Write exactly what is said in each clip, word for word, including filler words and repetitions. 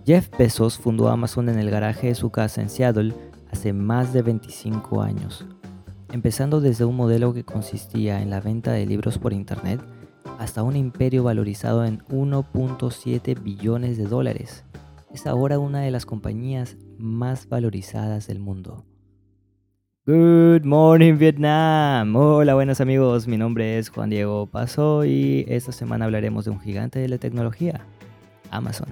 Jeff Bezos fundó Amazon en el garaje de su casa en Seattle hace más de veinticinco años, empezando desde un modelo que consistía en la venta de libros por internet hasta un imperio valorizado en uno punto siete billones de dólares. Es ahora una de las compañías más valorizadas del mundo. Good morning Vietnam. Hola buenos amigos, mi nombre es Juan Diego Paso y esta semana hablaremos de un gigante de la tecnología, Amazon.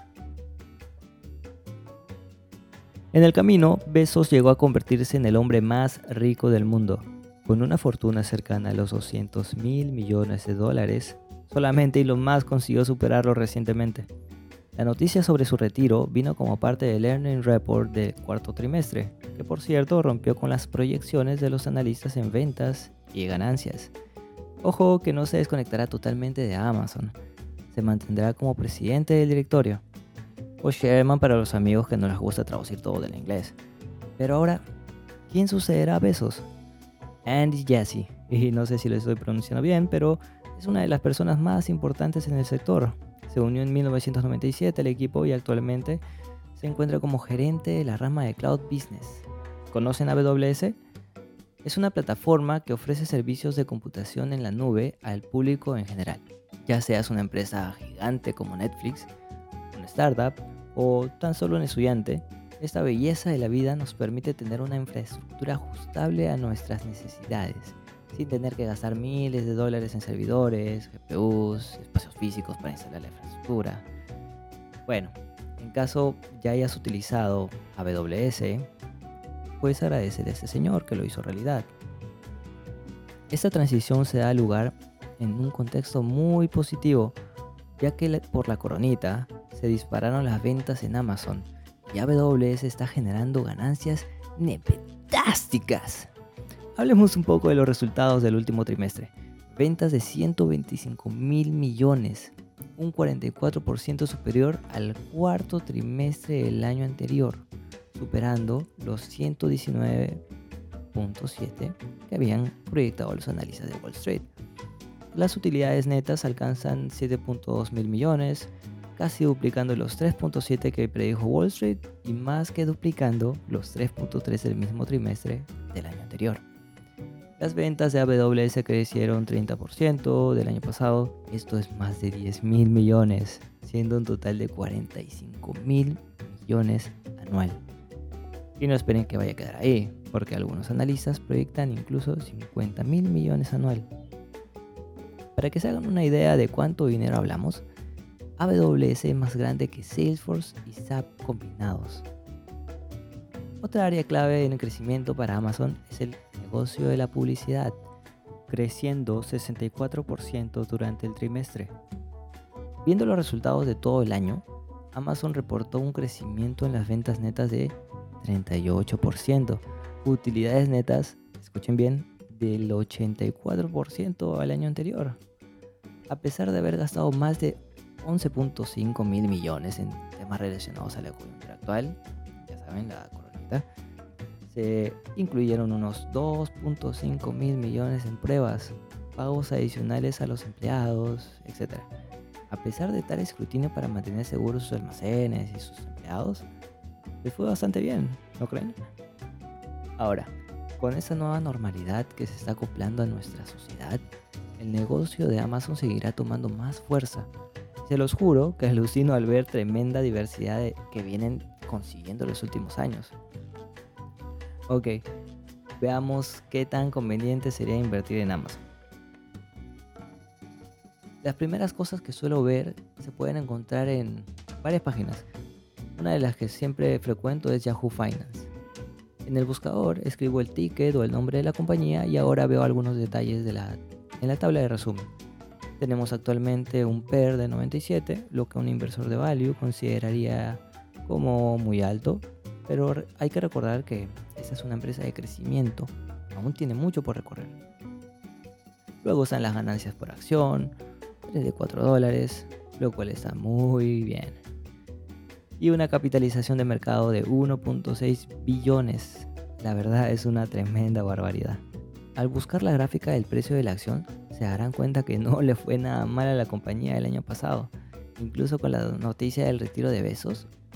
En el camino, Bezos llegó a convertirse en el hombre más rico del mundo, con una fortuna cercana a los doscientos mil millones de dólares. Solamente Elon Musk consiguió superarlo recientemente. La noticia sobre su retiro vino como parte del Earnings Report del cuarto trimestre, que por cierto rompió con las proyecciones de los analistas en ventas y ganancias. Ojo que no se desconectará totalmente de Amazon, se mantendrá como presidente del directorio, o Chairman para los amigos que no les gusta traducir todo del inglés. Pero ahora, ¿quién sucederá a Bezos? Andy Jassy, y no sé si lo estoy pronunciando bien, pero es una de las personas más importantes en el sector. Se unió en mil novecientos noventa y siete al equipo y actualmente se encuentra como gerente de la rama de Cloud Business. ¿Conocen A W S? Es una plataforma que ofrece servicios de computación en la nube al público en general. Ya seas una empresa gigante como Netflix, una startup o tan solo un estudiante, esta belleza de la vida nos permite tener una infraestructura ajustable a nuestras necesidades, sin tener que gastar miles de dólares en servidores, G P Us, espacios físicos para instalar la infraestructura. Bueno, en caso ya hayas utilizado A W S, puedes agradecer a este señor que lo hizo realidad. Esta transición se da lugar en un contexto muy positivo, ya que por la coronita se dispararon las ventas en Amazon y A W S está generando ganancias nepentásticas. Hablemos un poco de los resultados del último trimestre. Ventas de ciento veinticinco mil millones, un cuarenta y cuatro por ciento superior al cuarto trimestre del año anterior, superando los ciento diecinueve punto siete que habían proyectado los analistas de Wall Street. Las utilidades netas alcanzan siete punto dos mil millones, casi duplicando los tres punto siete que predijo Wall Street y más que duplicando los tres punto tres del mismo trimestre del año anterior. Las ventas de A W S crecieron treinta por ciento del año pasado, esto es más de diez mil millones, siendo un total de cuarenta y cinco mil millones anual. Y no esperen que vaya a quedar ahí, porque algunos analistas proyectan incluso cincuenta mil millones anual. Para que se hagan una idea de cuánto dinero hablamos, A W S es más grande que Salesforce y S A P combinados. Otra área clave en el crecimiento para Amazon es el negocio de la publicidad, creciendo sesenta y cuatro por ciento durante el trimestre. Viendo los resultados de todo el año, Amazon reportó un crecimiento en las ventas netas de treinta y ocho por ciento, utilidades netas, escuchen bien, del ochenta y cuatro por ciento al año anterior. A pesar de haber gastado más de once punto cinco mil millones en temas relacionados a la coyuntura actual, ya saben, la coronita, se incluyeron unos dos punto cinco mil millones en pruebas, pagos adicionales a los empleados, etcétera. A pesar de tal escrutinio para mantener seguros sus almacenes y sus empleados, les fue bastante bien, ¿no creen? Ahora, con esta nueva normalidad que se está acoplando a nuestra sociedad, el negocio de Amazon seguirá tomando más fuerza. Se los juro que alucino al ver tremenda diversidad de, que vienen consiguiendo los últimos años. Ok, veamos qué tan conveniente sería invertir en Amazon. Las primeras cosas que suelo ver se pueden encontrar en varias páginas. Una de las que siempre frecuento es Yahoo Finance. En el buscador escribo el ticket o el nombre de la compañía y ahora veo algunos detalles de la, en la tabla de resumen. Tenemos actualmente un P E R de noventa y siete, lo que un inversor de value consideraría como muy alto, pero hay que recordar que esta es una empresa de crecimiento, aún tiene mucho por recorrer. Luego están las ganancias por acción, treinta y cuatro dólares, lo cual está muy bien. Y una capitalización de mercado de uno punto seis billones. La verdad es una tremenda barbaridad. Al buscar la gráfica del precio de la acción, se darán cuenta que no le fue nada mal a la compañía el año pasado. Incluso con la noticia del retiro de Bezos,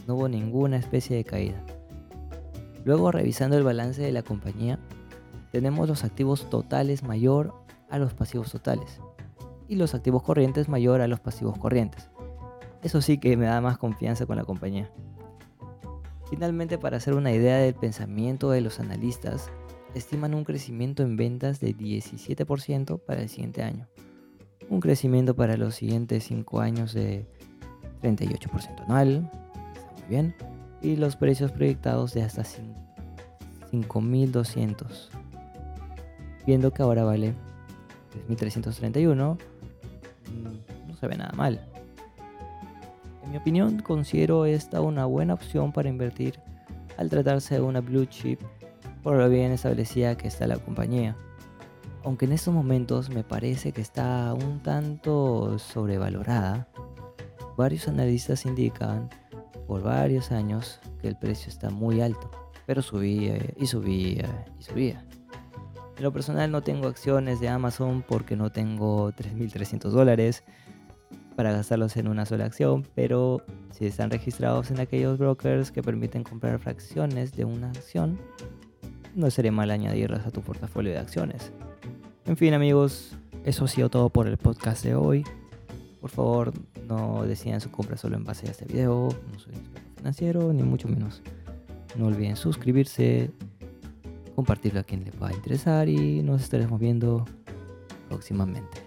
no hubo ninguna especie de caída. Luego, revisando el balance de la compañía, tenemos los activos totales mayor a los pasivos totales y los activos corrientes mayor a los pasivos corrientes. Eso sí que me da más confianza con la compañía. Finalmente, para hacer una idea del pensamiento de los analistas, estiman un crecimiento en ventas de diecisiete por ciento para el siguiente año, un crecimiento para los siguientes cinco años de treinta y ocho por ciento anual, está muy bien, y los precios proyectados de hasta cinco mil doscientos, viendo que ahora vale tres mil trescientos treinta y uno, no se ve nada mal. En mi opinión, considero esta una buena opción para invertir al tratarse de una blue chip por lo bien establecida que está la compañía. Aunque en estos momentos me parece que está un tanto sobrevalorada, varios analistas indican por varios años que el precio está muy alto, pero subía y subía y subía. En lo personal no tengo acciones de Amazon porque no tengo tres mil trescientos dólares para gastarlos en una sola acción, pero si están registrados en aquellos brokers que permiten comprar fracciones de una acción, no sería mal añadirlas a tu portafolio de acciones. En fin, amigos, eso ha sido todo por el podcast de hoy. Por favor, no decidan su compra solo en base a este video. No soy experto financiero, ni mucho menos. No olviden suscribirse, compartirlo a quien le pueda interesar y nos estaremos viendo próximamente.